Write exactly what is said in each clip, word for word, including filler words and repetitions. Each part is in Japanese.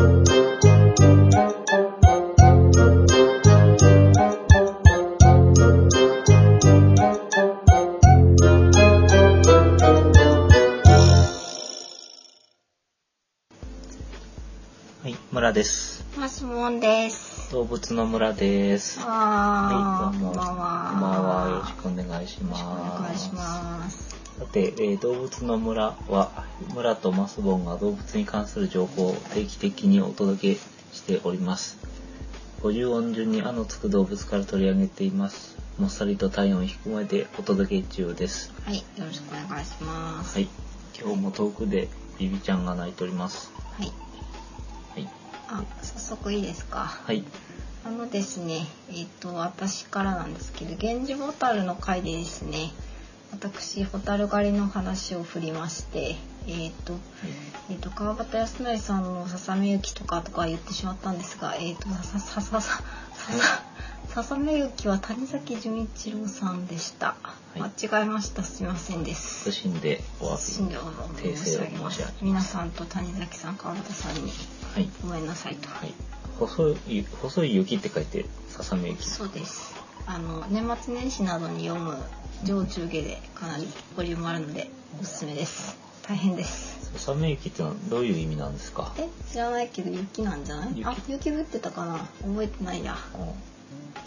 はい、村です。 マスモンです。 動物の村です。 はい、 どうも。 こんばんは。 こんばんは。よろしくお願いします。 よろしくお願いします。 さて、えー、動物の村は、村とマスボンが動物に関する情報を定期的にお届けしております。ごじゅう音順にあのつく動物から取り上げています。もっさりと体温低めでお届け中です。 はい、よろしくお願いします。 はい、今日も遠くでビビちゃんが鳴いております。 はい。 はい。 あ、早速いいですか。 はい。 あのですね、えっと私からなんですけど、源氏ホタルの回でですね、私ホタル狩りの話を振りまして、えっと、えっと川端康成さんのささめゆきとかとか言ってしまったんですが、えっとささささささささめゆきは谷崎潤一郎さんでした。はい、間違えました。すみませんです。 謹んでお詫び訂正を申し上げます。 皆さんと谷崎さん、川端さんにごめんなさいと。 はいはい、細い細い雪って書いてささめ雪。 そうです。あの年末年始などに読む上中下でかなりボリュームあるのでおすすめです。大変です。 ささめ雪ってのはどういう意味なんですか。 え、知らないけど雪なんじゃない？あ、雪降ってたかな。覚えてないや。 うん、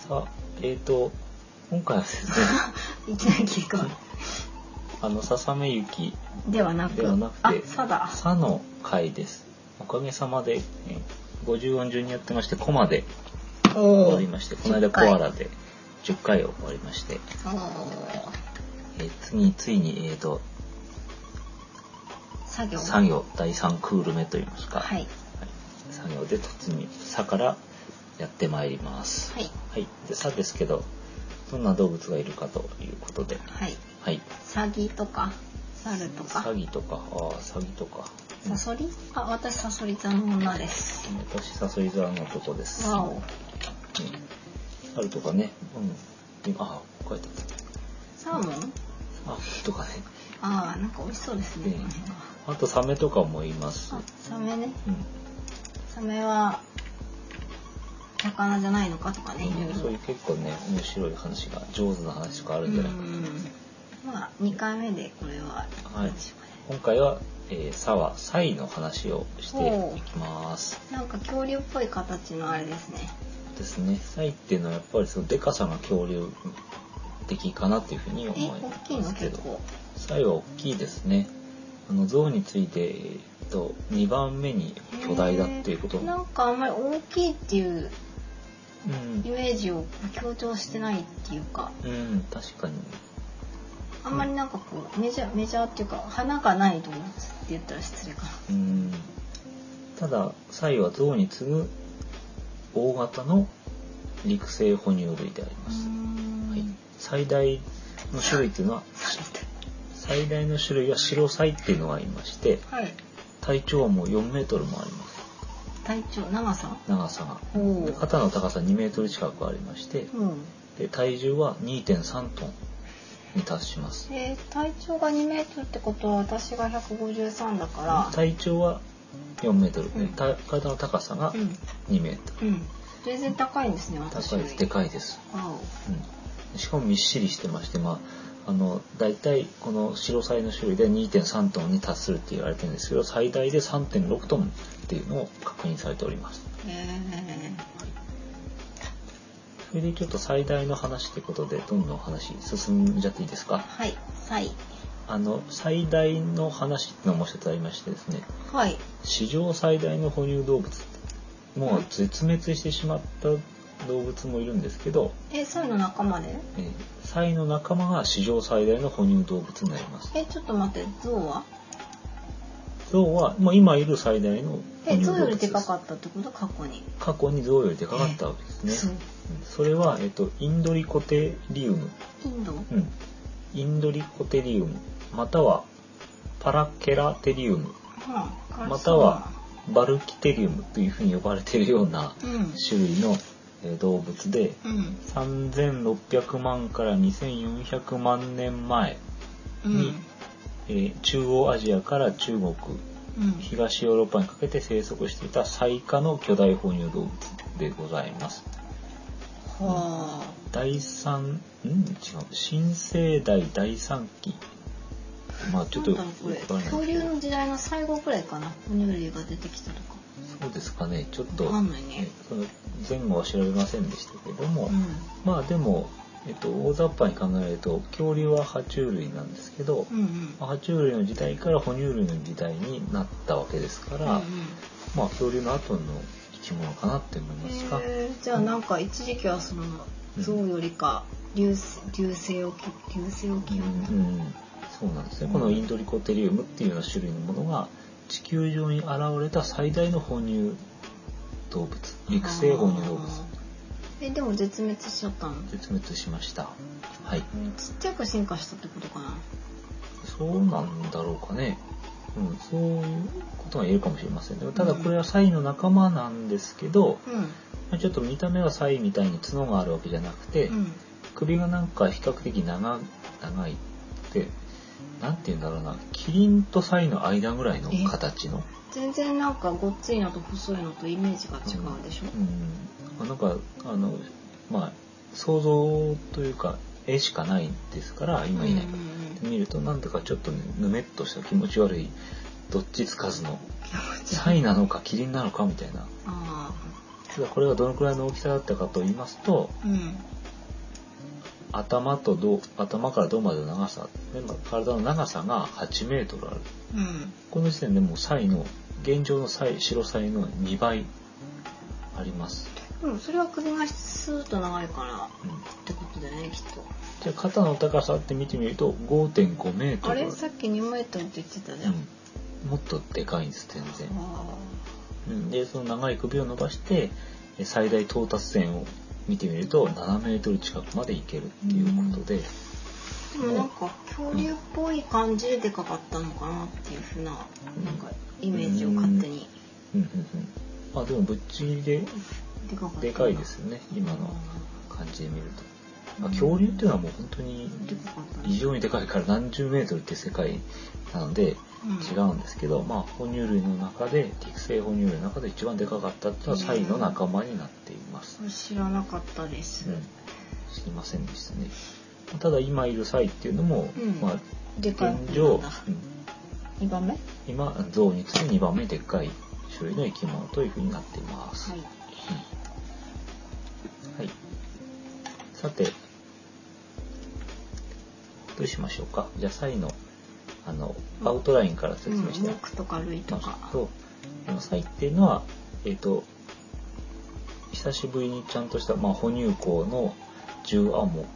さあ、えっと今回はですね。 いきなり聞く。 あのささめ雪ではなく、 ではなくて、 あ、さだ。 さの回です。おかげさまで、えごじゅう音順にやってまして、コマで終わりまして、この間コアラでじゅっかいを終わりまして、えー、次ついにえっと作業作業だいさんクール目といいますか、 はいはい、 作業で突入さからやってまいります。 はい。 はい。でさですけど、どんな動物がいるかということで、 はい。 はい。 サギとか猿とか。 サギとか、ああサギとか。 サソリ？あ、私サソリ座の女です。 私サソリ座の男です。 わお。うん、 猿とかね。うん。あ、書いてあった。 サーモン？ あ、とかね。 ああ、なんか美味しそうですね。 あとサメとかもいます。 あ、サメね。 うん。 サメは魚じゃないのかとかね。 うん、そういう結構ね面白い話が上手な話とかあるんじゃないかと。 まあにかいめでこれは、 はい、今回は、えー、サはサイの話をしていきます。 なんか恐竜っぽい形のあれですね。 ですね。サイっていうのはやっぱりそのでかさが恐竜的かなっていうふうに思いますけど、サイは大きいですね。あの象について、えー、とにばんめに巨大だっていうこと。 なんかあんまり大きいっていうイメージを強調してないっていうか、 うん、うん、確かにあんまりなんかこうメジャーメジャーっていうか花がない動物って言ったら失礼かな。 うん、ただサイは象に次ぐ大型の陸生哺乳類であります。はい、最大の種類っていうのは最大の種類は白サイっていうのがいまして、はい、体長はもうよんメートルもあります。 体長長さ長さが肩の高さにメートル近くありまして、うん、で体重は にてんさんトンに達します。 えー、体長がにメートルってことは私がひゃくごじゅうさんだから体長はよんメートル、うん、体の高さがにメートル、うんうん、 全然高いんですね。私高いです。でかいです、うん、しかもみっしりしてまして、まああのだいたいこの白サイの種類で にてんさんトンに達するって言われてるんですけど、最大で さんてんろくトンっていうのを確認されております。へー、はい、それでちょっと最大の話ってことでどんどん話進んじゃっていいですか。 はい、はい。 あの最大の話ってのもう一つありましてですね、 はい、 史上最大の哺乳動物、もう絶滅してしまった動物もいるんですけど、 え、サイの仲間で？ え、サイの仲間が史上最大の哺乳動物になります。 え、ちょっと待って、ゾウは？ ゾウはもう今いる最大の哺乳動物です。 え、ゾウよりでかかったってこと？過去に。 過去にゾウよりでかかったわけですね。そう、それは、えっと、インドリコテリウム。 インド？うん。 インドリコテリウム、またはパラケラテリウム、うん、またはバルキテリウムというふうに呼ばれているような種類の、うん、動物で、うん、さんぜんろっぴゃくまんからにせんよんひゃくまんねんまえに、うん、えー、中央アジアから中国うん、 東ヨーロッパにかけて生息していた最下の巨大哺乳動物でございます。 はあ、 第三、ん違う、新生代第三期。まあちょっと恐竜の時代の最後くらいかな、哺乳類が出てきたとか。 そうですかね、ちょっと、 わかんないね、 その前後は調べませんでしたけども、 うん、 まあでも、えっと、大雑把に考えると恐竜は爬虫類なんですけど、 うんうん、 まあ、爬虫類の時代から哺乳類の時代になったわけですから、 うんうん、 まあ恐竜の後の生き物かなって思いますか。 じゃあなんか一時期はその象よりか流流星を流星を起うんうん、そうなんですね、うん、このインドリコテリウムっていうような種類のものが地球上に現れた最大の哺乳動物、陸生哺乳動物。 えでも絶滅しちゃったの？ 絶滅しました。はい。 ちっちゃく進化したってことかな。 そうなんだろうかね。うん、そういうことが言えるかもしれません。ただこれはサイの仲間なんですけど、 うん、まあ、ちょっと見た目はサイみたいに角があるわけじゃなくて、うん、首がなんか比較的長長いってなんて言うんだろうな、キリンとサイの間ぐらいの形の。 全然なんかごっついのと細いのとイメージが違うでしょ。 うんうん、なんかあのまあ想像というか絵しかないですから今いないから、うんうん、見るとなんだかちょっと、ね、ぬめっとした気持ち悪いどっちつかずのサイなのかキリンなのかみたいな。 あただこれがどのくらいの大きさだったかと言いますと、 うん、 頭と胴頭から胴までの長さ、体の長さがはちメートルある、 うん、 この時点でもうサイの現状のサイ白サイのにばいあります。 うん、それは首がスーッと長いから、うん、ってことだよねきっと。 じゃあ肩の高さって見てみると ごてんごメートル。 あれさっきにメートルって言ってたじゃん、うん、 もっとでかいんです全然。うん、でその長い首を伸ばして最大到達点を見てみるとななメートル近くまでいけるっていうことで、 うん、でもなんか恐竜っぽい感じででかかったのかなっていうふうな、なんかイメージを勝手に、 うんうんうんうん、まあでもぶっちぎりででかいですよね今の感じで見ると、まあ、恐竜っていうのはもう本当に異常にでかいから何十メートルって世界なので違うんですけど、うん、まあ哺乳類の中で陸生哺乳類の中で一番でかかったっていうのはサイの仲間になっています、 うん、知らなかったです、 うん、知りませんでしたね。ただ今いるサイっていうのも、うん、まあ現状、うん、 にばんめ今象に次ぐにばんめでっかい種類の生き物というふうになっています、 はい、 うん、はい、さてどうしましょうか。じゃあサイのあのアウトラインから説明してみますとか類とかと、サイっていうのはえっ、ー、と久しぶりにちゃんとした、まあ、哺乳綱の重亜目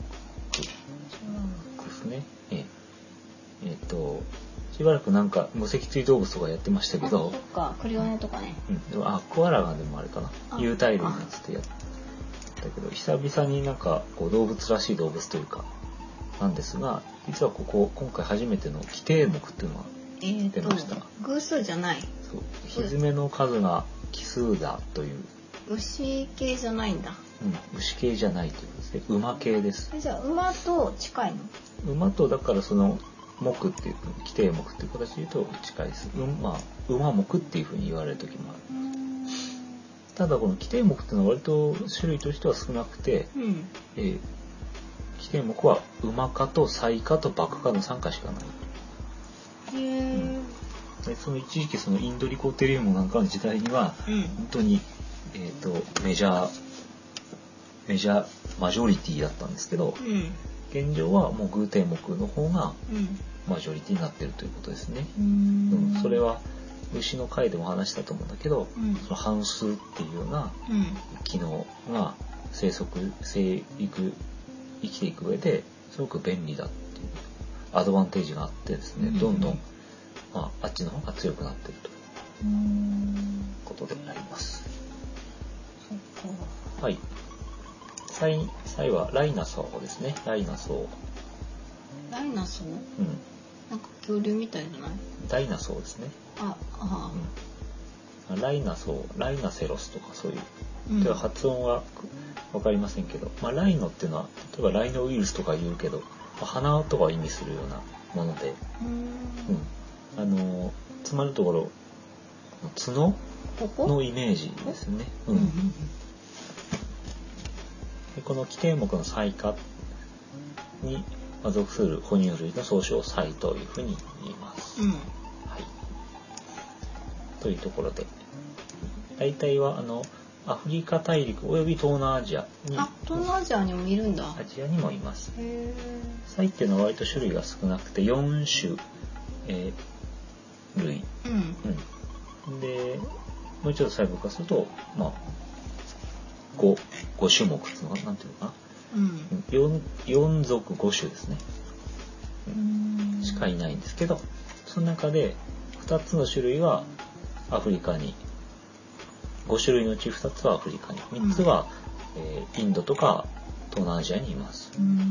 ですね。えっ、ー、えー、としばらくなんか無脊椎動物とかやってましたけど、 あ、そっか、クリオネとかね、 うん、でもあコアラがでもあれかな、有袋類につってやったけど久々になんかこう動物らしい動物というかなんですが、実はここ今回初めての規定目っていうのが出ました。 えー、偶数じゃない。 そう、ひづめの数が奇数だという。 牛系じゃないんだ。 うん、牛系じゃないということですね。馬系です。 じゃあ馬と近いの？ 馬とだからその目っていう規定目っていう形で言うと近いです。うん、まあ馬目っていうふうに言われる時もある。ただこの規定目っていうのは割と種類としては少なくて、 うん、 えー規定目は馬科と彩科と麦科のさん科しかない。 へー、うん、 でその一時期そのインドリコテリウムなんかの時代には、うん、本当に、えー、とメジャーメジャーマジョリティだったんですけど、 うん、 現状はもう偶定目の方がうんマジョリティになっているということですね。 うん、 それは牛の回でも話したと思うんだけど、 うん、 その半数っていうような機能が生息生育生きていく上ですごく便利だっていうアドバンテージがあってですね、うん、どんどん、まあ、あっちの方が強くなっているということであります。はい。サイ、サイはライナソウですね。ライナソウ。 ライナソウ？うん。なんか恐竜みたいじゃない？ ダイナソウですね。 あ、あ、 うん。ライナソウ、ライナセロスとかそういう。うん、では発音はわかりませんけど、まあ、ライノっていうのは例えばライノウイルスとか言うけど、まあ、鼻とかを意味するようなもので、 うん、 うん、あのつまるところ角ここのイメージですね。うんうんうんうん、 でこの規定目の彩花に属する哺乳類の総称彩というふうに言います。 うん、 はい。というところで、大体はあのアフリカ大陸および東南アジアに、 あ、東南アジアにもいるんだ。 アジアにもいます。 へサイっていうのは割と種類が少なくてよん種、えー、類、 うんうん、でもう一度細分化すると、まあ、5, 5種目つのなんていうのかな、 うん、 4, 4属ご種ですね、 うん、 しかいないんですけど、その中でふたつの種類はアフリカに、ご種類のうちふたつはアフリカに、みっつは、うんえー、インドとか東南アジアにいます。 うん、うん、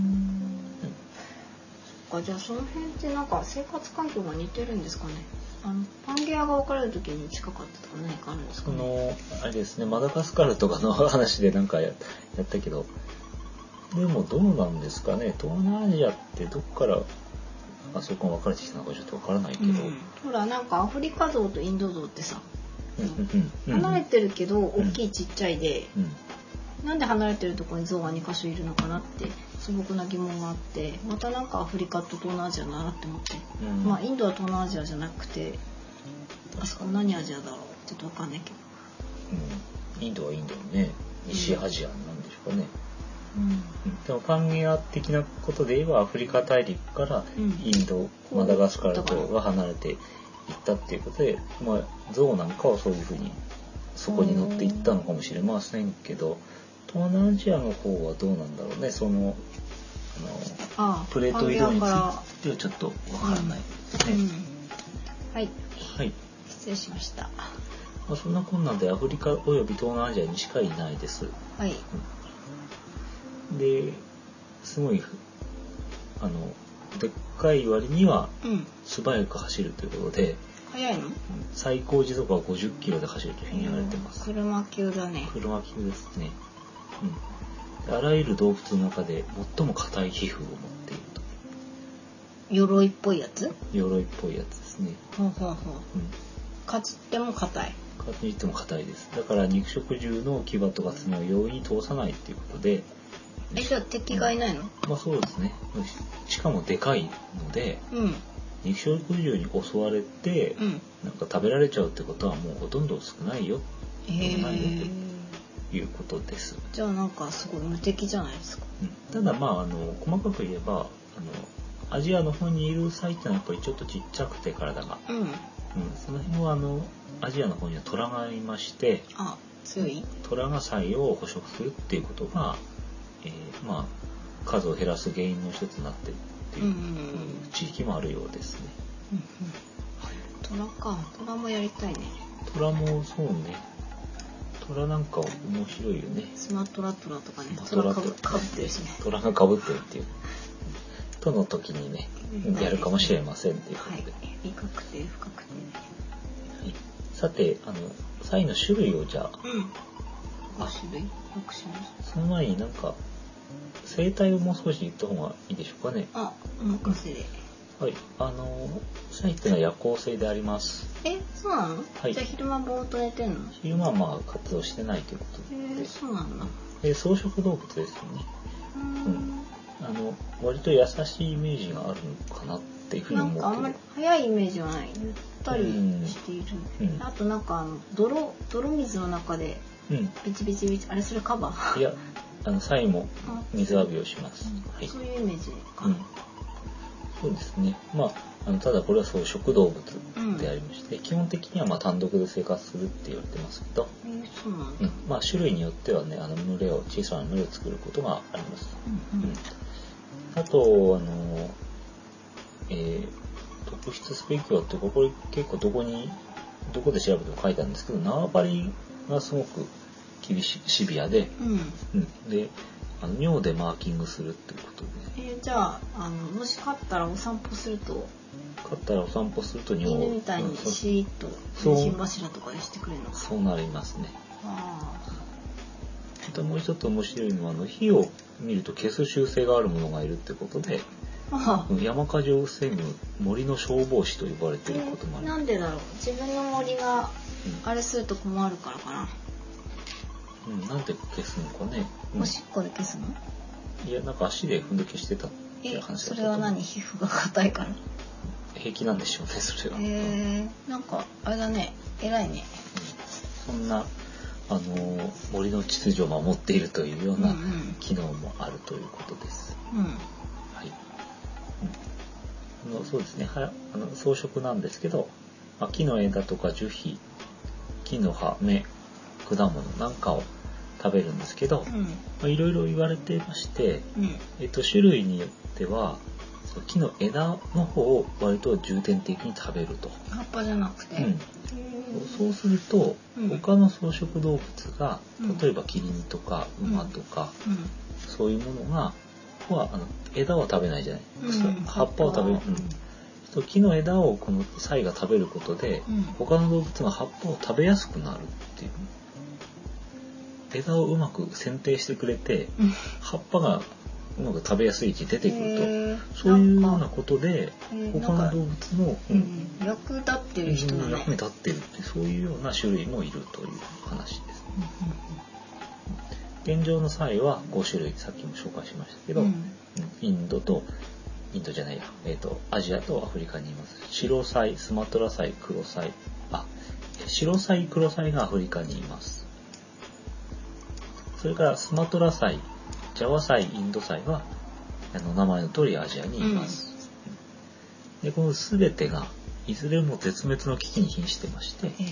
そっか、じゃあその辺ってなんか生活環境が似てるんですかね。あのパンゲアが分かれる時に近かったとか何かあるんですかね。 そのあれですね、マダガスカルとかの話でなんか や, やったけど、でもどうなんですかね、東南アジアってどっからあそこが分かれてきたのかちょっと分からないけど、うん、 ほらなんかアフリカゾウとインドゾウってさ、 うんうん、 離れてるけど大きいちっちゃいで、 うんうん、 なんで離れてるところにゾウがにかしょいるのかなって素朴な疑問があって、またなんかアフリカと東南アジアだなって思って、うん、まあインドは東南アジアじゃなくて、あそこ何アジアだろうちょっと分かんないけど、 うん、インドはインドのね、西アジアなんでしょうかね、 うんうん、 でもパンゲア的なことで言えばアフリカ大陸からインド、うん、マダガスカルとが離れていったっていうことで、まあ、ゾウなんかはそういうふうにそこに乗っていったのかもしれませんけど、東南アジアの方はどうなんだろうね、そのあのあプレート移動についてはちょっとわからないですね、うんうん、 はい、 はい、 失礼しました。 まあ、そんなこんなでアフリカおよび東南アジアにしかいないです。 はい、 うん、ですごいあのでっかい割には素早く走るということで、 うん、速いの？ 最高時速はごじゅっキロで走るというふうに言われてます。 車級だね。 車級ですね。うん、あらゆる動物の中で最も硬い皮膚を持っていると。 鎧っぽいやつ？ 鎧っぽいやつですね。 ほうほうほう。うん、かじっても硬い。 かじっても硬いです。だから肉食獣の牙とか角を容易に通さないっていうことで。 え、じゃあ敵がいないの？ まあそうですね。しかもでかいので、 うん、 肉食獣に襲われて、うん、なんか食べられちゃうってことはもうほとんど少ないよ、 えー、 ないよということです。 じゃあなんかすごい無敵じゃないですか。 うん、ただまああの細かく言えばあのアジアの方にいるサイってのはやっぱりちょっとちっちゃくて体が、 うんうん、 その辺はあのアジアの方にはトラがいまして、 あ、強い？ トラがサイを捕食するっていうことが、えー、まあ数を減らす原因の一つになってるっていう地域もあるようですね。 うんうん、はい、トラか、トラもやりたいね。 トラもそうね。トラなんか面白いよね。 スマトラトラとかね。トラかぶってるしね。 トラがかぶってるっていう。との時にね、うん、やるかもしれませんっていうことで。はい、 理確定不確定。 はい。さて、あのサイの種類をじゃあ。 うん。ご種類、ろく種類。 その前になんか生態をもう少し言った方がいいでしょうかね。 あ、お任せで。 はい、あのサイっていうのは夜行性であります。 え、そうなの？ はい。 じゃあ昼間ぼーっと寝てんの？ 昼間はまあ活動してないということで。 えー、そうなんだ。 で、草食動物ですよね。うん。うん、あの割と優しいイメージがあるのかなっていうふうに思ってる。 なんかあんまり早いイメージはない。ゆったりしている。うん、あとなんかあの泥泥水の中でビチビチビチ、うん、あれそれカバー？ いや、あのサイも水浴びをします。 うん、 はい。 そういうイメージか。 うん、そうですね。まあ、あのただこれは草食動物でありまして、うん、基本的にはまあ単独で生活するって言われてますけど、 えー、そうなんだ。 うん、まあ種類によってはね、あの群れを小さな群れを作ることがあります。 うんうん、 あとあの、えー、特筆すべきはってこれ結構どこにどこで調べても書いてあるんですけど、縄張りがすごく厳しいシビアで、うんうん、で。あの尿でマーキングするっていうことで、 えー、じゃあ、あのもし飼ったらお散歩すると飼ったらお散歩すると尿犬みたいにシーッと心柱とかにしてくれるのか。 そうなりますね。 ああともう一つ面白いのはあの火を見ると消す習性があるものがいるってことで、 ああ山火事を防ぐ森の消防士と呼ばれていることもある。 なんでだろう。自分の森があれすると困るからかな。 うん、なんで消すのかね。うん、 おしっこで消すの？ いや、なんか足で踏んで消してたっていう話だった。 それは何？皮膚が硬いから？ 平気なんでしょうね、それは。 へえー、なんかあれだね、偉いね。 うん、そんなあの森の秩序を守っているというような機能もあるということです。 うんうん、 はい。うん、あのそうですね。はあの装飾なんですけど、まあ、木の枝とか樹皮、木の葉、芽、果物なんかを食べるんですけど、 うんまあ、いろいろ言われていまして、 うんえっと、種類によっては木の枝の方を割と重点的に食べると。 葉っぱじゃなくて、 うん、そうすると、 うん、 他の草食動物が、 うん、 例えばキリンとか馬とか、 うん、 そういうものがはあの枝は食べないじゃない、 うん、 葉っぱを食べる、うん、木の枝をこのサイが食べることで、うん、他の動物が葉っぱを食べやすくなるっていう。枝をうまく剪定してくれて、うん、葉っぱがうまく食べやすい位置に出てくると、そういうようなことで他の動物の、 うん、役立ってる人が、ね、 役に立ってるってそういうような種類もいるという話です、うん、現状のサイはご種類さっきも紹介しましたけど、うん、インドとインドじゃないや、えーと、アジアとアフリカにいます。白サイ、スマトラサイ、黒サイ、あ、白サイ、黒サイがアフリカにいます。それからスマトラサイ、ジャワサイ、インドサイはあの名前の通りアジアにいます、うん、でこの全てがいずれも絶滅の危機に瀕してまして、え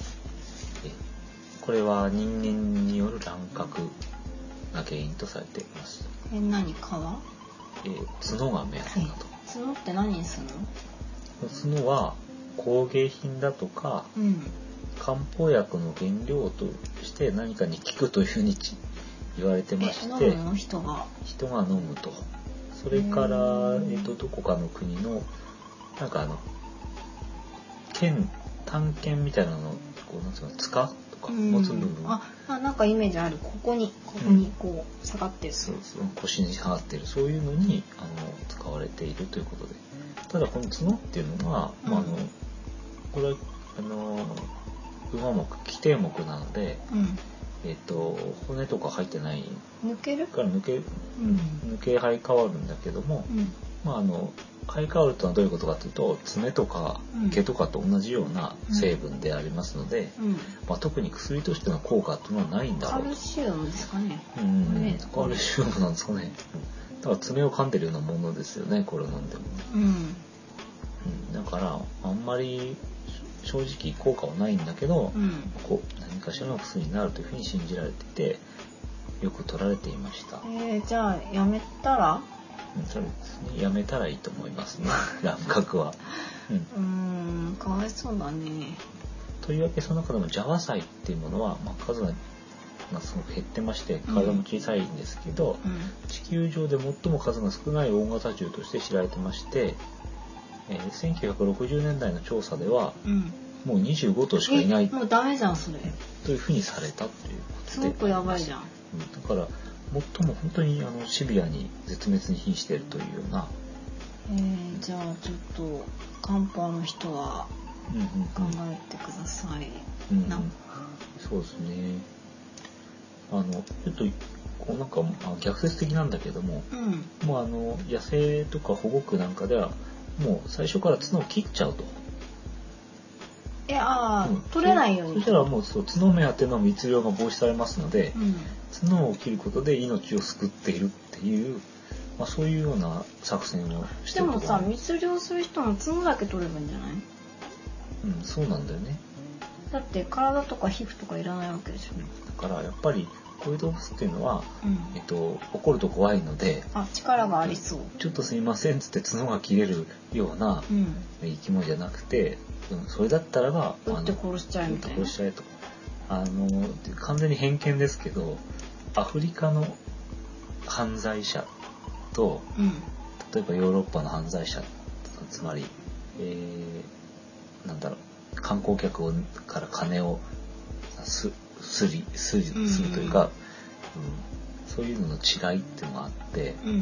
これは人間による乱獲が原因とされています。 え何皮？ えー、角が目当てだと。 角って何にするの？角は工芸品だとか、うん、漢方薬の原料として何かに効くというふうに言われてまして、 飲むの？人が人が飲むと。それから、えーと、どこかの国のなんかあの剣短剣みたいなのこうなんつうの塚とか持つ部分、 うん、ああなんかイメージある。ここにここにこう下がってる、 そうそう腰に下がってるそういうのにあの使われているということで、ただこの角っていうのが、うんまあ、あのこれはあの馬目基底目なので、うんえー、と骨とか入ってない抜けるから抜け、うん、抜け生え変わるんだけども、うん、まああの生え変わるというのはどういうことかというと爪とか毛とかと同じような成分でありますので、うんまあ、特に薬としての効果というのはないんだろうと。 カルシウムですかね、 うんね、カルシウムなんですかね、うん、だから爪を噛んでるようなものですよねこれ飲んでも、うんうん、だからあんまり正直効果はないんだけど、うん、こう何かしらの薬になるというふうに信じられていてよく取られていました。 えー、じゃあやめたら、 うん、そうですね、やめたらいいと思いますね乱獲は、 うん、うーんかわいそうだね。 というわけその中でもジャワサイっていうものは、まあ、数がまあ、すごく減ってまして体も小さいんですけど、うん、地球上で最も数が少ない大型獣として知られてまして、えー、せんきゅうひゃくろくじゅうねんだいの調査では、うん、もうにじゅうごとうしかいない、 もうダメじゃんそれというふうにされたということですごくやばいじゃん、うん、 だから最も本当にあのシビアに絶滅に瀕しているというような、 えー、じゃあちょっと漢方の人は考えてください、うんうんうん、なそうですね。あのちょっとこうなんか逆説的なんだけども、うん、もうあの野生とか保護区なんかではもう最初から角を切っちゃうと。 えあ、うん、取れないように。 そしたらもうそう角目当ての密猟が防止されますので、うん、角を切ることで命を救っているっていう、まあ、そういうような作戦をしてるところ。 でもさ密猟する人も角だけ取ればいいんじゃない？ うんそうなんだよね。 だって体とか皮膚とかいらないわけでしょ。 だからやっぱりこういう動物っていうのは、うんえっと、怒ると怖いのであ力がありそう。 ちょっとすいませんっつって角が切れるような生き物じゃなくて、うん、それだったらば撃って殺しちゃえみたいな。 殺しちゃえとあの完全に偏見ですけどアフリカの犯罪者と、うん、例えばヨーロッパの犯罪者つまり、えー、なんだろう観光客をから金をすすりすりするというか、うんうん、そういうのの違いっていうのがあって、うん、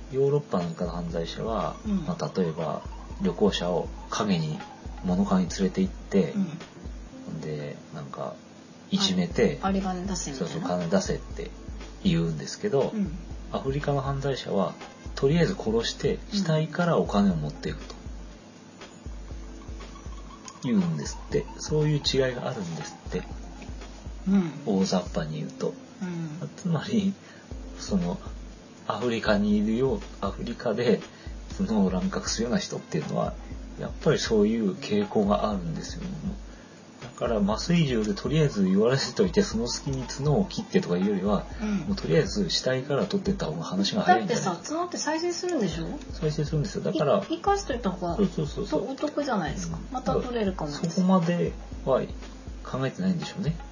ヨーロッパなんかの犯罪者は、 うんまあ、例えば旅行者を影に物陰に連れて行って、 うん、 でなんかいじめて、 あれ金出せみたいな。 そうそう金出せって言うんですけど、 うん、 アフリカの犯罪者はとりあえず殺して死体からお金を持っていくと言うんですって。そういう違いがあるんですって、 うん、 大雑把に言うと、 うん、 つまりそのアフリカにいるよアフリカで角を乱獲するような人っていうのはやっぱりそういう傾向があるんですよね。だから麻酔銃でとりあえず言われておいてその隙に角を切ってとかいうよりは、 うん、 もうとりあえず死体から取ってった方が話が早いんじゃない。 だってさ、角って再生するんでしょ。 再生するんですよ。だから生かしといた方がそうそうそうそうお得じゃないですか、うん、また取れるかもです。 そこまでは考えてないんでしょうね、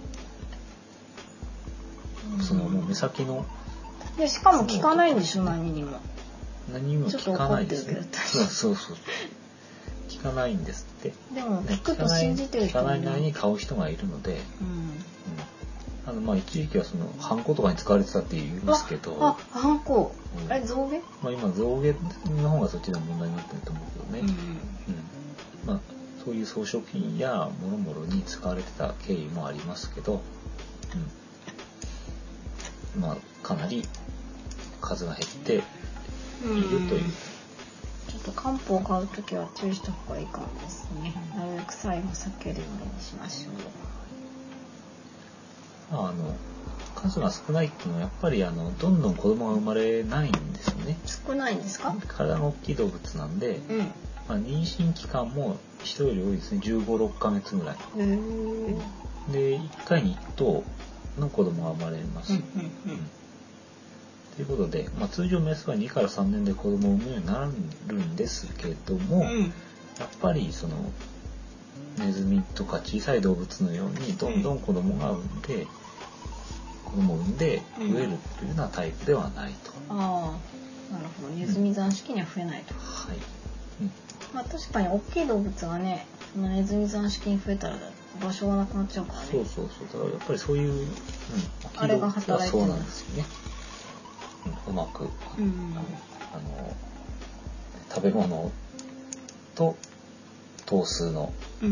うん、そのもう目先のでしかも聞かないんでしょ、何にも何にも聞かないですね。そうそうそう聞かないんですって。 でも聞くと信じてる人もいる。 聞かないなりに買う人がいるので、 うんうん、 あのまあ一時期はそのハンコとかに使われてたって言いますけど、 ああハンコ、うん、あれ象牙？ まあ今象牙の方がそっちで問題になってると思うけどね、うんうん、まあそういう装飾品やもろもろに使われてた経緯もありますけど、うん、まあかなり数が減っているという。 ちょっと漢方を買うときは注意した方がいいかもですね。なるべく臭いを避けるようにしましょう。 あの数が少ないっていうのはやっぱりあのどんどん子供が生まれないんですよね。 少ないんですか？ 体が大きい動物なんで、うん、まあ、妊娠期間も人より多いですね。じゅうご、ろっかげつぐらい。 へー。 でいっかいにいっ頭の子供が生まれます。うんうんうん、ということで、まあ、通常メスはにからさんねんで子供を産むようになるんですけども、うん、やっぱりそのネズミとか小さい動物のようにどんどん子供が産んで、うん、子供を産んで増えるというようなタイプではないと。 うん、ああ、なるほど。ネズミ残式には増えないと。 うん、はい。うん、 まあ確かに大きい動物がね、そのネズミ残式に増えたら場所がなくなっちゃうからね。 そうそうそう。だからやっぱりそういう、うん、 あれが働いてる。 そうなんですよね。うん、うまく、うん、あの食べ物と頭数の、うんうん、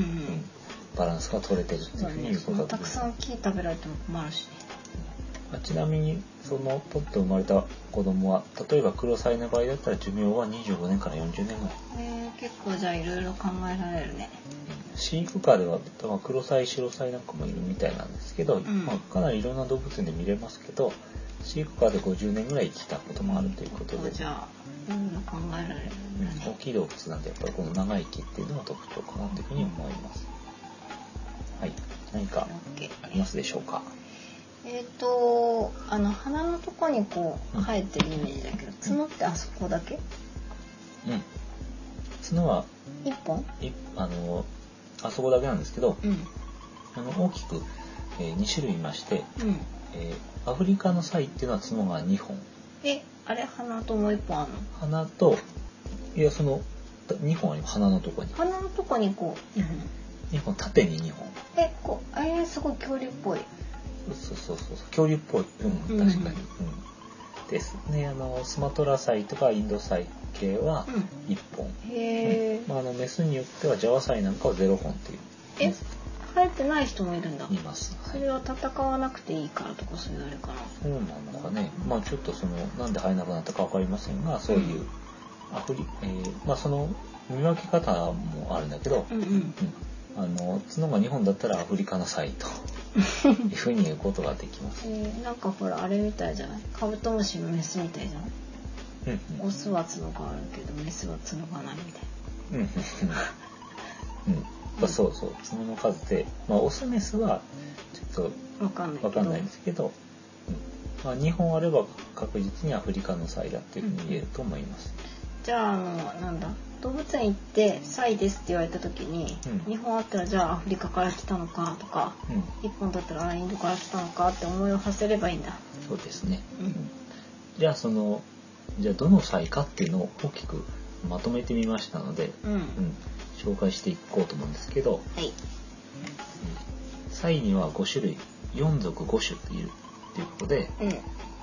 バランスが取れてるっていうふうに言うことだと思います。 たくさん木食べられても困るしね。 うん、ちなみにそのポッと生まれた子供は例えばクロサイの場合だったら寿命はにじゅうごねんからよんじゅうねんぐらい。 えー、結構じゃあいろいろ考えられるね。 うん、飼育下ではクロサイ、シロサイなんかもいるみたいなんですけど、うんまあ、かなりいろんな動物園で見れますけど飼育下でごじゅうねんぐらい生きたこともあるということで、 じゃあいろいろ考えられる、ねうん、大きい動物なんでやっぱりこの長生きっていうのが特徴かなというふうに思います。はい、何かありますでしょうか？ えっ、ー、とあの鼻のとこにこう生えてるイメージだけど、うん、角ってあそこだけ？ うん。角は一本？ いあのあそこだけなんですけど、うん、あの大きく、えー、に種類いまして、うんえー、アフリカのサイっていうのは角がにほん。 え、あれ鼻ともういっぽんあるの？ 鼻といやそのにほんあります。鼻のとこに。 鼻のとこにこうにほん。 にほん縦ににほん。 え、こうえー、すごい恐竜っぽい。 そうそうそうそう恐竜っぽい。うん確かに。うんうん、ですね。あのスマトラサイとかインドサイ系は一本。うん、へえ、うん。まああのメスによってはジャワサイなんかはゼロほんっていう。 え、生えてない人もいるんだ。 います。 それは戦わなくていいからとかそういうあれかな。 そうなのかね。まあちょっとそのなんで生えなくなったかわかりませんが、そういう、うん、アフリえー、まあその見分け方もあるんだけど、うんうんうん、あの角がにほんだったらアフリカのサイというふうに言うことができます。 えー、なんかほらあれみたいじゃない？カブトムシのメスみたいじゃない？うんうん、オスは角があるけどメスは角がないみたいな。うんうんうんうん、そうそう角の数で、まあ、オスメスはちょっとわかんないわかんないんですけど、うんまあ、にほんあれば確実にアフリカのサイだっていうふうに言えると思います。 うん、じゃああのなんだ動物園行ってサイですって言われた時に、うん、にほんあったらじゃあアフリカから来たのかとか、うん、いっぽんだったらインドから来たのかって思いを馳せればいいんだ。 そうですね、うん、じゃあそのじゃあどのサイかっていうのを大きくまとめてみましたので、うんうん、紹介していこうと思うんですけど、はい、サイにはごしゅるいよんぞくごしゅいるっていうことで、うん、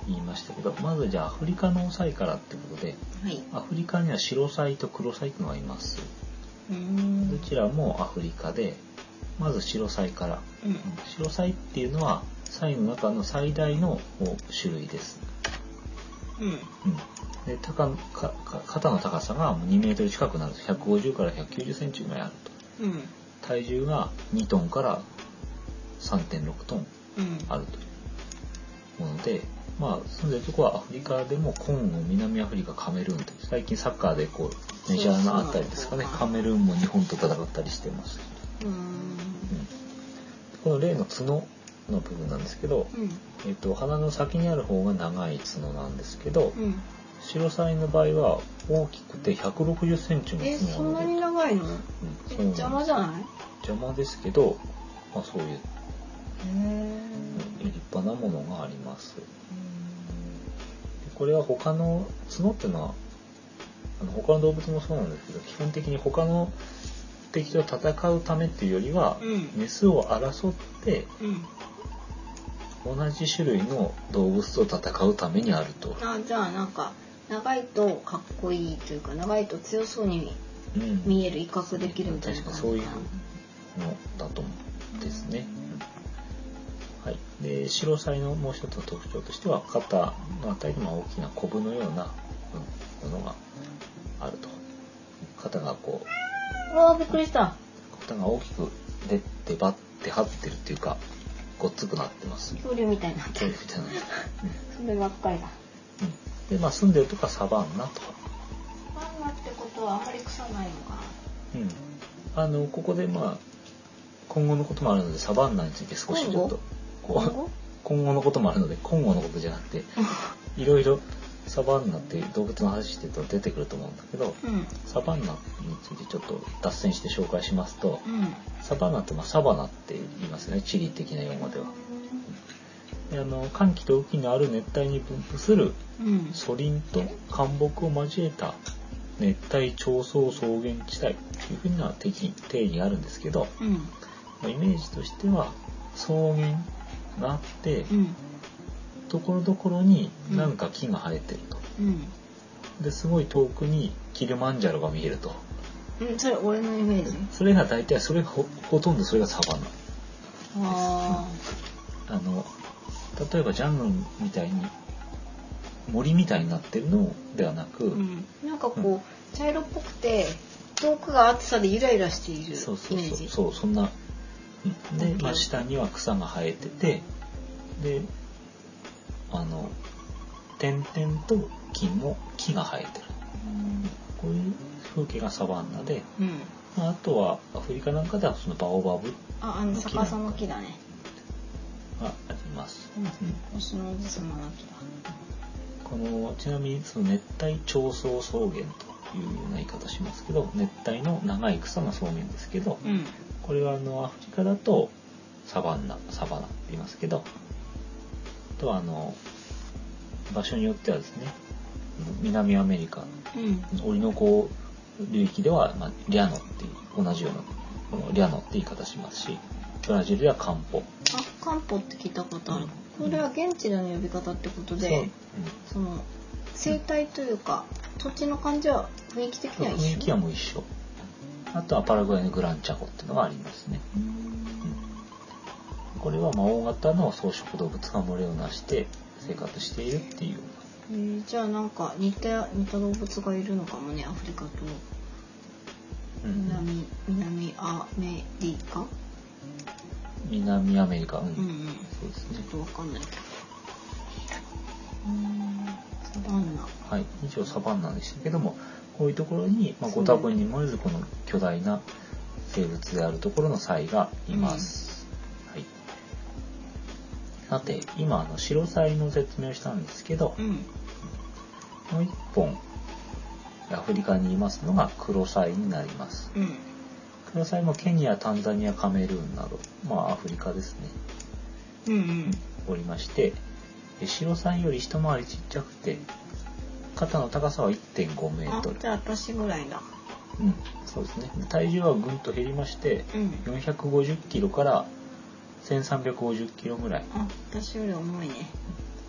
言いましたけど、まずじゃあアフリカのサイからってことで、 はい。 アフリカには白サイと黒サイっていうのがいます。 うーん。 どちらもアフリカで、まず白サイから。 うん。 白サイっていうのはサイの中の最大の種類です。 うん。 うん。で、高かか肩の高さがにメートル近くなるとひゃくごじゅうからひゃくきゅうじゅっセンチぐらいあると。 うん。 体重がにトンからさんてんろくトンあるというもので、まあ住んでるところはアフリカでもコンゴ、南アフリカ、カメルーンと最近サッカーでこうメジャーなあたりですかね。カメルーンも日本と戦ったりしてます。 うーん。 うん、この例の角の部分なんですけど、 うん。 えっと鼻の先にある方が長い角なんですけど、 うん。 白サイの場合は大きくてひゃくろくじゅっセンチのえ、そんな角がに長いの？ うん、 え、 そうなんです。 邪魔じゃない？ 邪魔ですけど、まあそういうへえ。 立派なものがあります。これは他の角っていうのはあの他の動物もそうなんですけど、基本的に他の敵と戦うためっていうよりは、 うん、 メスを争って、 うん、 同じ種類の動物と戦うためにあると。 あ、じゃあなんか長いとかっこいいというか、長いと強そうに見える、威嚇できるみたいな感じかな。 確かそういうのだと思うんですね。はい、で白サイのもう一つの特徴としては、肩のあたりに大きなコブのようなものがあると。肩がこう、 うわー、びっくりした。 肩が大きく出てばって張ってるっていうか、ごっつくなってます。 恐竜みたいな。 恐竜みたいな。 そればっかりだ。 うん、で、まあ住んでるとこはサバンナと。 サバンナってことはあんまり草ないのかな。 うん。あのここでまあ今後のこともあるので、サバンナについて少しちょっとこう今後のこともあるので、今後のことじゃなくていろいろサバンナっていう動物の話してると出てくると思うんだけど、 うん、でサバンナについてちょっと脱線して紹介しますと、 うん、 サバンナってまあサバナって言いますね、地理的な用語では。で、あの寒気と雨季のある熱帯に分布するソ林と灌木を交えた熱帯長草草原地帯というふうな定義、定義があるんですけど、 うん、 まあ、イメージとしては草原があって、 うん、 ところどころになんか木が生えてると、 うん、 ですごい遠くにキリマンジャロが見えると、 うん、それ俺のイメージ。 それが大体それが ほ, ほとんどそれがサバンナ。 ああの例えばジャングルみたいに森みたいになってるのではなく、 うん、なんかこう、うん、茶色っぽくて遠くが暑さでゆらゆらしているイメージ。 そうそうそうそうそんな、うん、で、まあ、下には草が生えてて、であの点々と木も木が生えてる、うん、こういう風景がサバンナで、うん、まあ、あとはアフリカなんかではそのバオバブ、 あ、あの逆さの木だねがあります、 うんうん、星の王子様の木だ。 このちなみにその熱帯長草草原というような言い方しますけど、熱帯の長い草の草原ですけど、うん、これはあのアフリカだとサバンナサバナって言いますけど、あとはあの場所によってはですね、南アメリカ、うん、オリノコ流域では、まあ、リャノっていう同じようなこのリャノって言い方しますし、ブラジルではカンポ。 あ、カンポって聞いたことある。これは現地での呼び方ってことで、うん、その生態というか、うん、土地の感じは雰囲気的には一緒。 雰囲気はもう一緒。あとはパラグアイのグランチャゴっていうのがありますね。うんうん、これはまあ大型の草食動物が群れをなして生活しているっていう。 えー、じゃあなんか似た似た動物がいるのかもね、アフリカと南、うん、南アメリカ。 南アメリカ、うん、うんうん、 そうですね。ちょっとわかんないけど。うーん、サバンナ。 はい、以上サバンナでしたけども、こういうところに、まあ、ご多分に漏れずこの巨大な生物であるところのサイがいます。うん、はい。さて、今あの白サイの説明をしたんですけど、うん、もう一本アフリカにいますのが黒サイになります。うん、黒サイもケニア、タンザニア、カメルーンなど、まあアフリカですね。うんうん、おりまして、白サイより一回りちっちゃくて、肩の高さは いってんごメートル。 あ、じゃあ私ぐらいだ。 うん、そうですね。体重はぐんと減りまして、うん、よんひゃくごじゅっキロからせんさんびゃくごじゅっキロぐらい。 あ、私より重いね。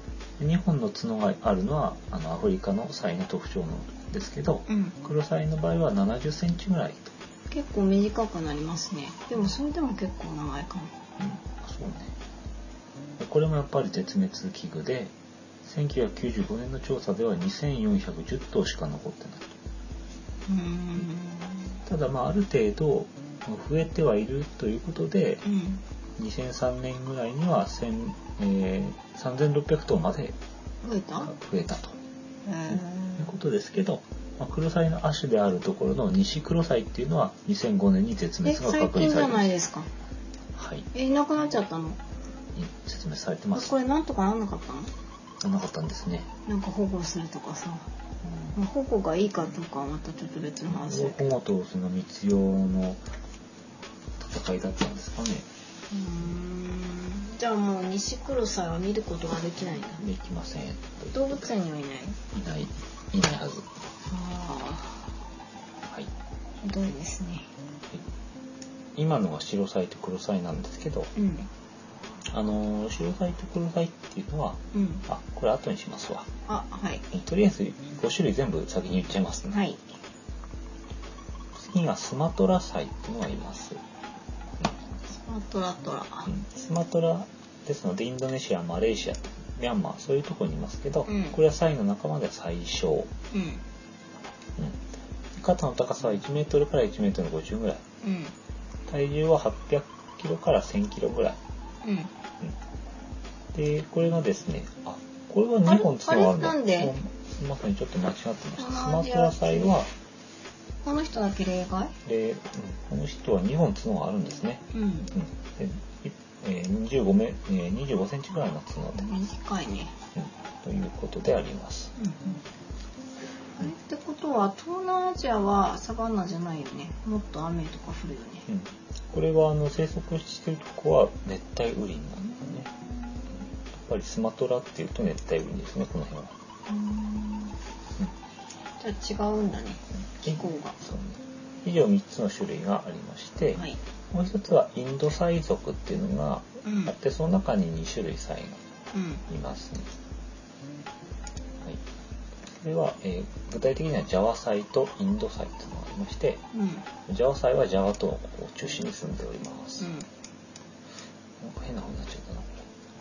にほんの角があるのはあのアフリカのサイの特徴なんですけど、 うん、 クロサイの場合はななじゅっセンチぐらいと。 結構短くなりますね。でもそれでも結構長いかも。 うん、そうね。これもやっぱり絶滅危惧で、せんきゅうひゃくきゅうじゅうごねんの調査ではにせんよんひゃくじゅっとうしか残ってないと。 うーん、 ただまあある程度増えてはいるということで、 うん、 にせんさんねんぐらいにはせん、えー、さんぜんろっぴゃくとうまで増えた？ 増えたとへいうことですけど、まあ、クロサイの亜種であるところの西クロサイっていうのはにせんごねんに絶滅が確認されています。 最近じゃないですか。 はい。 え、いなくなっちゃったの？ 説明されてます。 これなんとかなんなかったの？ なかったんですね。 なんか保護するとかさ、うん、保護がいいかどうかはまたちょっと別の話だけど。 保護とその密猟の戦いだったんですかね。 うーん、じゃあもう西クロサイは見ることができないんだ。 できません。 動物園にはいない？ いない、いないはず。 ああ、 はい。 ひどいですね。はい、 今のは白サイと黒サイなんですけど、 うん、 あの白サイと黒サイっていうのは、 うん、 あ、これ後にしますわ。 あ、はい。 とりあえずごしゅるい全部先に言っちゃいますね。 はい。 次がスマトラサイっていうのがいます。 スマトラトラ。 うん、スマトラですのでインドネシア、マレーシア、ミャンマーそういうところにいますけど、 うん、これはサイの仲間では最小。 うん、 うん、肩の高さはいちメートルからいちメートルごじゅうぐらい。 うん、 体重ははっぴゃくキロからせんキロぐらい。 うん。うん、 で、これがですね、あ、これはにほん角があるんだ。 なんで？ すみません、ちょっと間違ってました。スマトラサイは、 この人だけ例外？ で、うん、この人はにほん角があるんですね。 うん。うん、 でえー、にじゅうごメ、えー、にじゅうごセンチぐらいの角で、 短いね、 うん。ということであります。 うんうん、あれってことは東南アジアはサバンナじゃないよね。もっと雨とか降るよね。 うん、これはあの生息しているところは熱帯雨林なんですね。やっぱりスマトラっていうと熱帯雨林ですね、この辺は。うん、 じゃあ違うんだね、気候が。 そうね。以上みっつの種類がありまして、はい、もう一つはインドサイ属っていうのがあって、うん、その中ににしゅるいサイがいますね。うん、はい、それは、えー、具体的にはジャワサイとインドサイというのがありまして、うん、ジャワサイはジャワ島を中心に住んでおります。うん、なんか変な風になっちゃったな、こ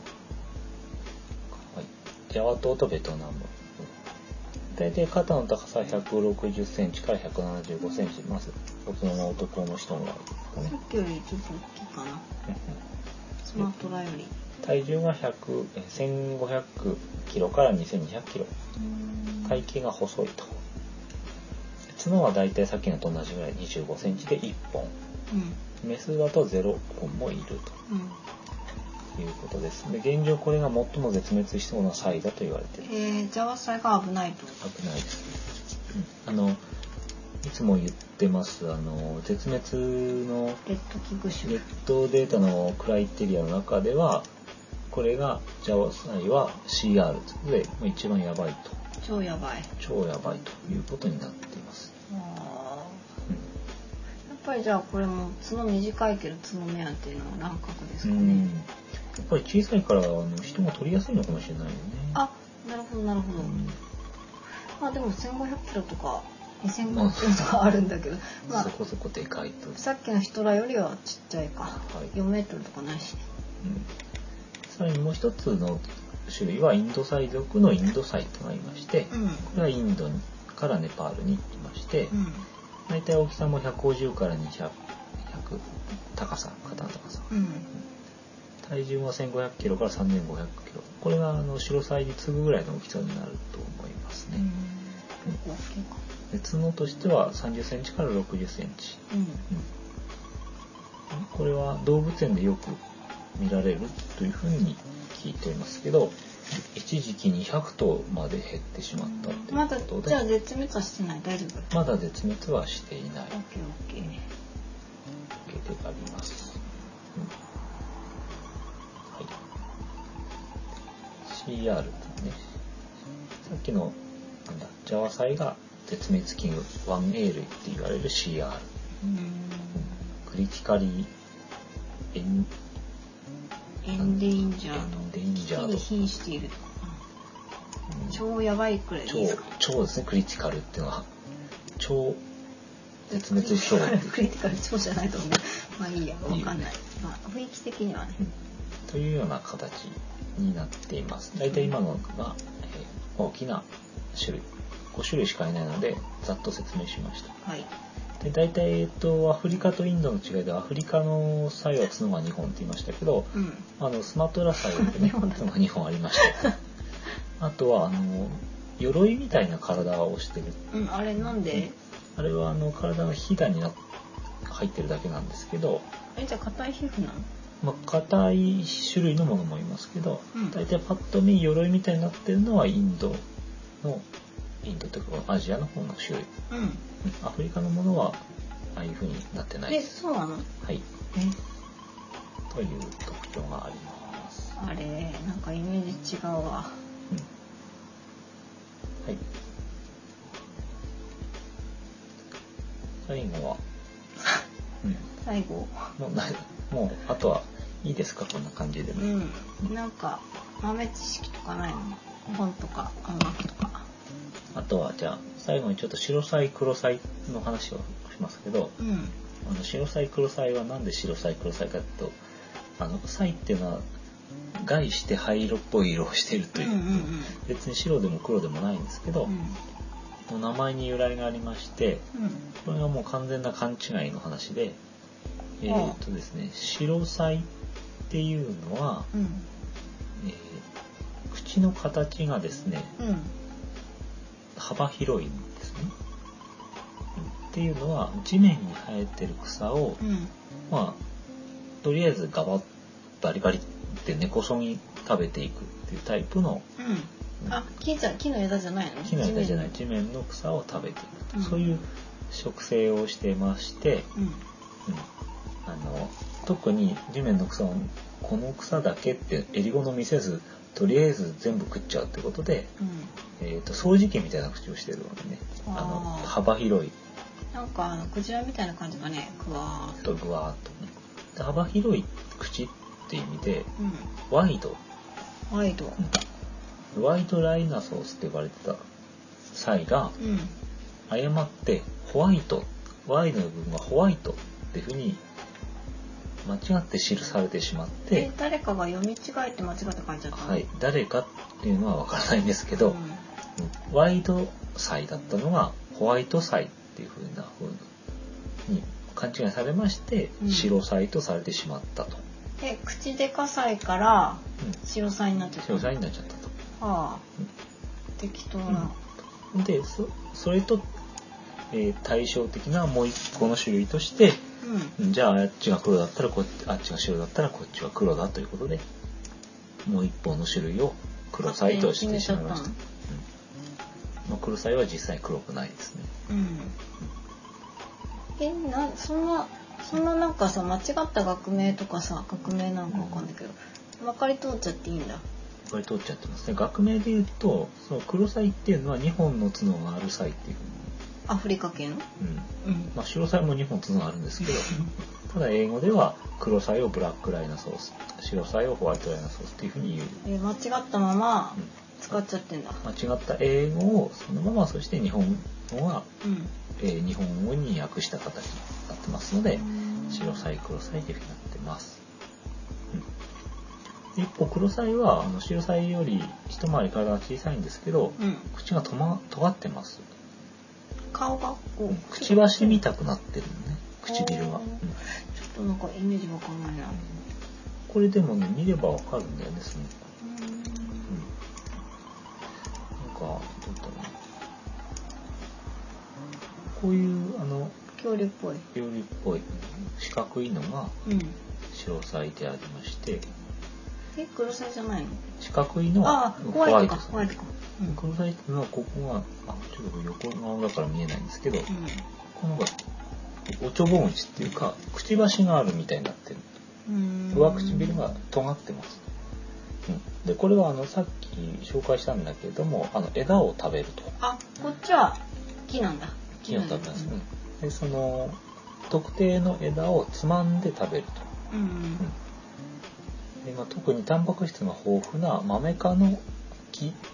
れ。はい、ジャワ島とベトナム。大体肩の高さはひゃくろくじゅっセンチからひゃくななじゅうごセンチ、まず大人の男の人ぐらいですかね。 さっきよりちょっと大きいかな。スマトラより。 体重がせんごひゃくキロからにせんにひゃくキロ。体型が細いと。角は大体さっきのと同じぐらいにじゅうごセンチでいっぽん。うん、メスだとゼロぽんもいると。うん、いうことです。で、現状これが最も絶滅しそうなサイだと言われている。 えー、ジャワサイが危ないと。 危ないです。うん、あのいつも言ってますあの絶滅のレッド危惧種。 レッドデータのクライテリアの中ではこれがジャワサイは シーアール で一番やばいと。 超やばい。 超やばいということになっています。あ、うん、やっぱりじゃあこれも角短いけど角目当ての乱獲ですかね。うん、 やっぱり小さいからあの人が取りやすいのかもしれないよね。 あ、なるほどなるほど。うん、まあでもせんごひゃくキロとかにせんごひゃくキロとかあるんだけど、 まあ、そこそこでかいと。 さっきの人らよりはちっちゃいか。はい、よんメートルとかないしね。 うん、さらにもう一つの種類はインドサイ属のインドサイとがいまして、うん、これはインドからネパールに行きまして、うん、大体大きさもひゃくごじゅうからにひゃく、高さ、肩の高さ、うん、体重はせんごひゃくキロからさんぜんごひゃくキロ、これがあの白サイに次ぐぐらいの大きさになると思いますね。うん、で角としてはさんじゅっセンチからろくじゅっセンチ、うんうん、これは動物園でよく見られるというふうに聞いていますけど、一時期にひゃくとうまで減ってしまったということで、 まだじゃあ絶滅はしてない？大丈夫？ まだ絶滅はしていない。オッケーオッケー。 オッケーであります。うん、はい。シーアール ですね。さっきのなんだジャワサイが絶滅危惧 ワンエー 類って言われる シーアール。うん、クリティカリーエンエンデインジャード。エンデインジャード。 危機に瀕しているとか。 超やばいくらいでいいですか？ 超、超ですね、クリティカルっていうのは。超、絶滅しそう。 クリティカル超じゃないと思う。まあいいや、わかんない。まあ雰囲気的にはね。 うん、というような形になっています。だいたい今のが、えー、大きな種類。ご種類しかいないので、ざっと説明しました。 はい。 で大体、えっと、アフリカとインドの違いで、アフリカのサイは角がにほんって言いましたけど、うん、あのスマトラサイってね角がにほんありましたあとはあの鎧みたいな体をしてる、 うん、あれなんで、 うん、あれはあの体がひだにな入ってるだけなんですけど、 えじゃあ硬い皮膚なの？ まあ、硬い種類のものもいますけど、 うん、 大体パッと見鎧みたいになってるのはインドのインドというかアジアの方の種類、うん、アフリカのものはああいう風になってないです。 え、そうなの？ はい。という特徴があります。 あれ、なんかイメージ違うわ。うん、はい。最後は、 うん、最後？ もうもうあとはいいですか、こんな感じでも。 うん。なんか豆知識とかないの？本とか音楽とか。 あとはじゃあ最後にちょっと白菜黒菜の話をしますけど、うん、あの白菜黒菜はなんで白菜黒菜かというと、あの菜っていうのは概して灰色っぽい色をしているという、うんうんうん、別に白でも黒でもないんですけど、うん、名前に由来がありまして、うん、これはもう完全な勘違いの話で、えー、っとですね白菜っていうのは、うんえー、口の形がですね、うん幅広いんですね、うん。っていうのは地面に生えてる草を、うん、まあとりあえずガバッバリバリって根こそぎ食べていくっていうタイプの、 うん、あ 木, じゃ木の枝じゃないの？ 木の枝じゃない地面の草を食べていく、うん、そういう食性をしてまして、うんうん、あの特に地面の草をこの草だけって襟好みせずとりあえず全部食っちゃうってことで、うんえー、と掃除機みたいな口をしてるわけね。あの幅広いなんかあのクジラみたいな感じがねグワーッとグワーッと、ね、幅広い口っていう意味で、うん、ワイドワイド、 うん、ワイドライナソースって呼ばれてた際が、うん、誤ってホワイトワイドの部分がホワイトっていうふうに間違って記されてしまってえ誰かが読み違えて間違って書いちゃったの？ はい誰かっていうのはわからないんですけど、うん、ワイド菜だったのがホワイト菜っていうふうな風に勘違いされまして、うん、白菜とされてしまったと。 で口でか菜から白菜になっちゃった、 うん、白菜になっちゃったと。 はあ、うん、適当な、 うん、で そ, それと、えー、対照的なもう一個の種類としてうん、じゃああっちが黒だったらこっちあっちが白だったらこっちは黒だということでもう一方の種類を黒菜としてしまいました。うんまあ、黒菜は実際黒くないですね。うん、 えなそんなそんななんかさ間違った学名とかさ学名なんかわかんないけど、うん、まかり通っちゃっていいんだ。 まかり通っちゃってますね。学名で言うとその黒菜っていうのはにほんの角がある菜っていうふうにアフリカ系の、 うんうんまあ、白菜もにほん角があるんですけどただ英語では黒菜をブラックライナソース白菜をホワイトライナソースっていうふうに言う、 えー、間違ったまま使っちゃってんだ、 うん、間違った英語をそのままそして日本語は、うんえー、日本語に訳した形になってますので白菜黒菜というふうになってます、うん、一方黒菜はあの白菜より一回り体が小さいんですけど、うん、口がと、ま、尖ってます顔がこうくちばし見たくなってるのね唇が、うん、ちょっとなんかイメージわかんないな、うん、 これでもね見ればわかるんだよねそのうん、うん、なんかどうだろうなこういうあの恐竜っぽい恐竜っぽい四角いのが白菜でありまして、うん、 え黒菜じゃないの四角いのはホワイトかホワイトかうん、黒菜っていうのはここがあちょっと横顔だから見えないんですけど、うん、このがおちょぼ口っていうかくちばしがあるみたいになってる上唇が尖ってます、うん、でこれはあのさっき紹介したんだけれどもあの枝を食べるとあこっちは木なんだ木を食べます、うん、でその特定の枝をつまんで食べると、うんうんでまあ、特にタンパク質が豊富なマメ科の木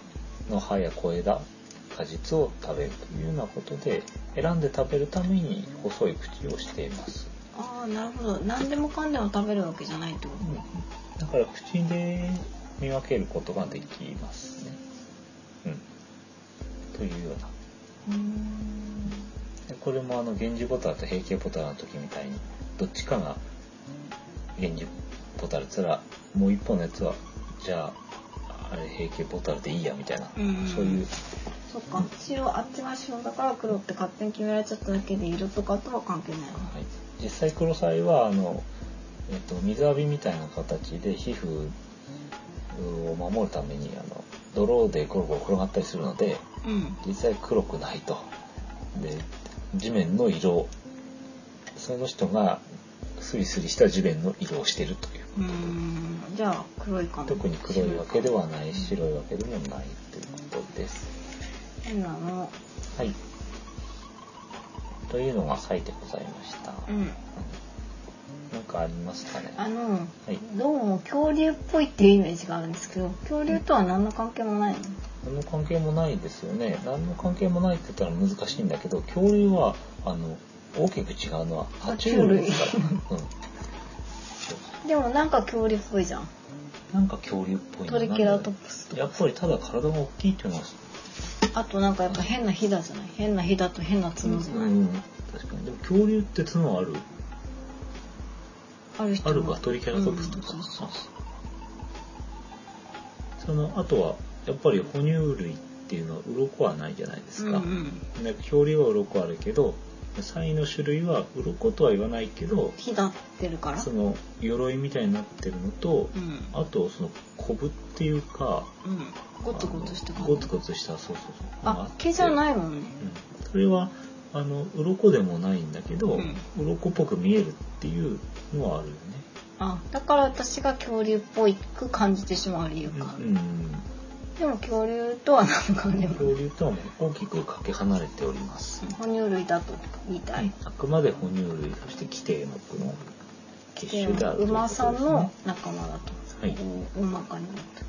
の葉や小枝、果実を食べるというようなことで、選んで食べるために細い口をしています。 ああ、なるほど。何でもかんでも食べるわけじゃないってこと、 うん、だから口で見分けることができますね。うん。というような。 うーん。 これもあのゲンジボタルと平家ボタルの時みたいにどっちかがゲンジボタルつらもう一方のやつはじゃああれ平家ボタルでいいやみたいな、 うん、 そういう。 そっか、白あっちが白だから黒って勝手に決められちゃっただけで色とかとは関係ないの、はい、 実際クロサイはあの、えっと、水浴びみたいな形で皮膚を守るためにあの泥でゴロゴロ転がったりするので、 うん、 実際黒くないと。で地面の色、その人がスリスリした地面の色をしているということで、うーん、じゃあ黒いかも。 特に黒いわけではないし白いわけでもないということです。 変なの。 はい。というのがサイでございました。 うん。 なんかありますかね。 あの、 はい、 どうも恐竜っぽいっていうイメージがあるんですけど、恐竜とは何の関係もないの？ 何の関係もないですよね。何の関係もないって言ったら難しいんだけど、恐竜はあの大きく違うのは爬虫類ですから。うん、 でもなんか恐竜っぽいじゃん。 なんか恐竜っぽい。 トリケラトプスとか。 やっぱりただ体が大きいっていうのは。 あとなんかやっぱ変なヒダじゃない？変なヒダと変な角じゃない？ うんうん、確かに。でも恐竜って角ある？ ある人あるか、トリケラトプスとか。うん、そうそうそう。そのあとはやっぱり哺乳類っていうのは鱗はないじゃないですか。うんうん、で恐竜は鱗あるけど、サイの種類は鱗とは言わないけど、 ひだってるからその鎧みたいになってるのと、 うん、 あとそのコブっていうか、 うん、ゴツゴツした感じ。ゴツゴツした、そうそうそう。 あ、毛じゃないもんね。 うん、それはあの鱗でもないんだけど、うん、鱗っぽく見えるっていうのはあるよね。 あ、だから私が恐竜っぽく感じてしまう理由か。うんうん、でも恐竜とは何かね。 恐竜とはもう大きくかけ離れております。 哺乳類だと言いたい。 あくまで哺乳類としてキテイ目の結種であるということですね。 馬さんの仲間だと。 はい。 馬かになると。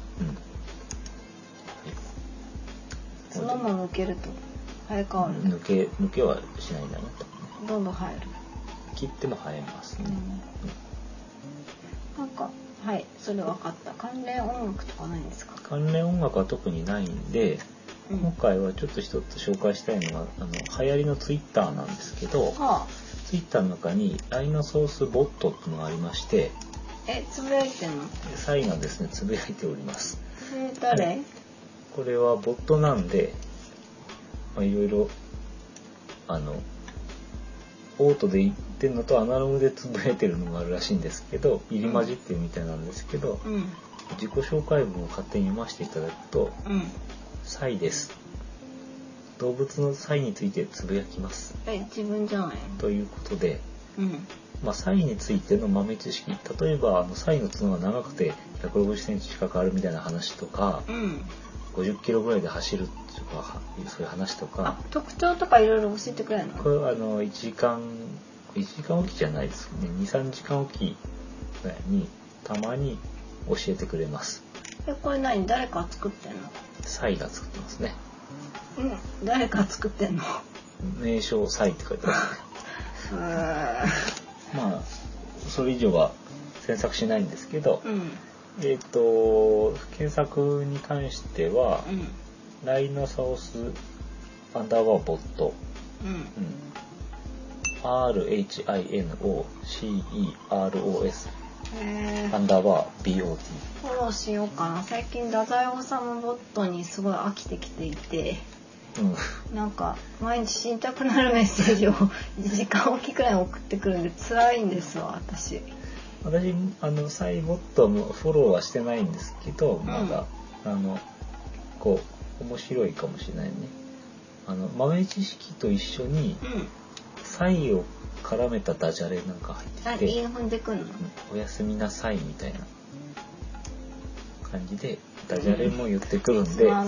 うん。はい、角も抜けると生え変わる。 抜け抜けはしないんだね。 どんどん生える。 切っても生えますね。うんうん、なんかはいそれ分かった。関連音楽とかないんですか？ 関連音楽は特にないんで、うん、今回はちょっと一つ紹介したいのがあの流行りのツイッターなんですけど、はあ、ツイッターの中にライノソースボットっていうのがありまして、 えつぶやいてんの？ サイがですねつぶやいております。 えー、誰、はい、 これはボットなんで、まあ、いろいろあのオートで言ってるのとアナログでつぶやいてるのがあるらしいんですけど、入り混じってるみたいなんですけど、うん、自己紹介文を勝手に読ませていただくと、うん、サイです。動物のサイについてつぶやきます。 え、自分じゃない？ ということで、 うん、 まあ、サイについての豆知識、例えばあのサイの角が長くてひゃくろくじゅっセンチ近くあるみたいな話とか、うん、ごじゅっキロぐらいで走るとかそういう話とか、 特徴とかいろいろ教えてくれるの？ これあのいちじかんいちじかんおきじゃないですね、にさんじかんおきぐらいにたまに教えてくれます。 え、これ何？誰か作ってんの？ サイが作ってますね。 うん、誰か作ってんの？ 名称サイって書いてますね。まあそれ以上は詮索しないんですけど、うん、えっと検索に関しては、うん、ライノサウスアンダーバーボット、うんうん、アールエイチアイエヌオーシーイーアールオーエス アンダーバー ビーオーティーフォローしようかな。最近太宰治ボットにすごい飽きてきていて、うん、なんか毎日死にたくなるメッセージをいちじかんおきくらい送ってくるんで辛いんですわ私。 私あのサイボットのフォローはしてないんですけど、うん、まだあのこう面白いかもしれないね。あの豆知識と一緒に、うん、サイを絡めたダジャレなんか入ってて、 インフンでくんの？ おやすみなさいみたいな感じでダジャレも言ってくるんで、うん、ま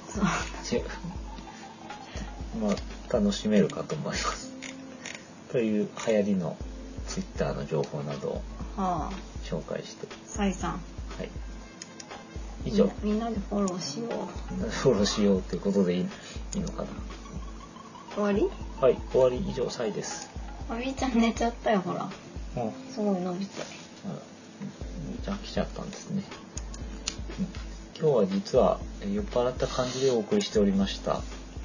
あ楽しめるかと思います。という流行りのツイッターの情報などを紹介して、 サイさん、 はい、 以上みんなでフォローしよう。 みんなでフォローしようっていうことでいい、いいのかな。 終わり？ はい、終わり。以上、サイです。 あみーちゃん寝ちゃったよ、ほら。 うん、 すごい伸びて。 あ、みーちゃん来ちゃったんですね。うん、今日は実は酔っ払った感じでお送りしておりました。 はい。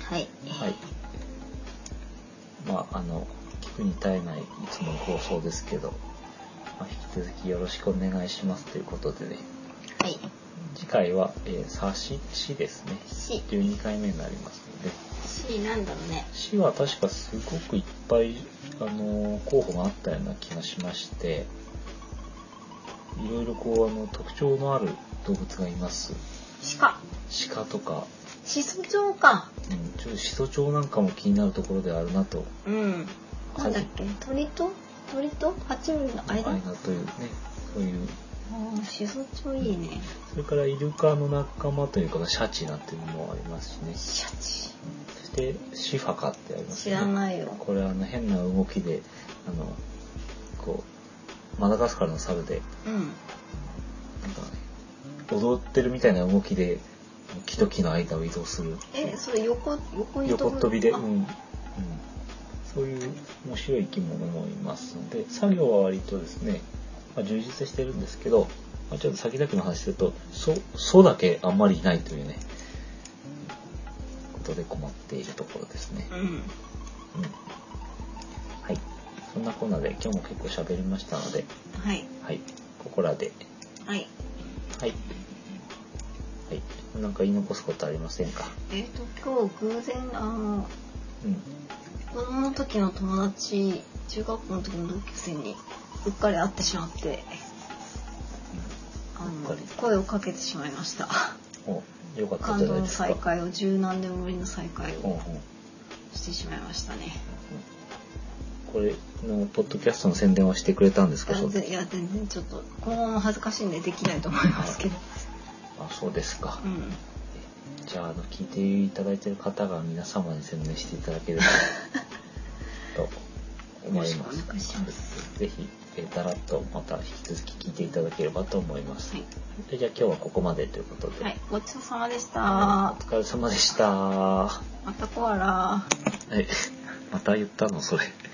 はい。まああの聞くに耐えないいつもの放送ですけど、まあ、引き続きよろしくお願いしますということでね。 はい。 次回は、えー、さししですね。 し。 じゅうにかいめになりますので。 しなんだろうね。 しは確かすごくいっぱいあの候補があったような気がしまして、いろいろこうあの特徴のある動物がいます。 鹿。 鹿とか。 シソチョウか。 うん、ちょっとシソチョウなんかも気になるところであるなと。 うん。なんだっけ、鳥と鳥と爬虫類の間。 間というね、そういう。 ああ、シソチョウいいね。 それからイルカの仲間というかシャチなんていうのもありますしね。 シャチ。 そしてシファカってありますね。 知らないよ。 これあの変な動きであのこうマダガスカルの猿で、 うん。 なんか踊ってるみたいな動きで木と木の間を移動する。 え、それ横横に飛ぶ。 横飛びで、うんうん、そういう面白い生き物もいますので、作業は割とですね、まあ、充実してるんですけど、まあ、ちょっと先々の話すると、そ、そだけあんまりいないというね、ことで困っているところですね。 うん。 うん。はい。そんなコーナーで今日も結構喋りましたので、 はい。 はい。ここらで。 はい。 はい。はい。なんか言い残すことありませんか？ えっと、今日偶然、あの、 うん。 子供の時の友達、中学校の時の同級生にうっかり会ってしまって、あの声をかけてしまいました。 お、よかった感動のじゃないですか。 再会を、十何年ぶりの再会をしてしまいましたね。 これのポッドキャストの宣伝はしてくれたんですか？ いや、いや全然ちょっと今後も恥ずかしいんでできないと思いますけど。 あ、そうですか。 うん。 じゃあ、あの聞いていただいている方が皆様に宣伝していただければと思います。 お願いします。 ぜひ、えー、だらっとまた引き続き聞いていただければと思います。 はい。 でじゃあ今日はここまでということで。 はい、ごちそうさまでした。 お疲れ様でした。 またコアラ。 はい。また言ったのそれ。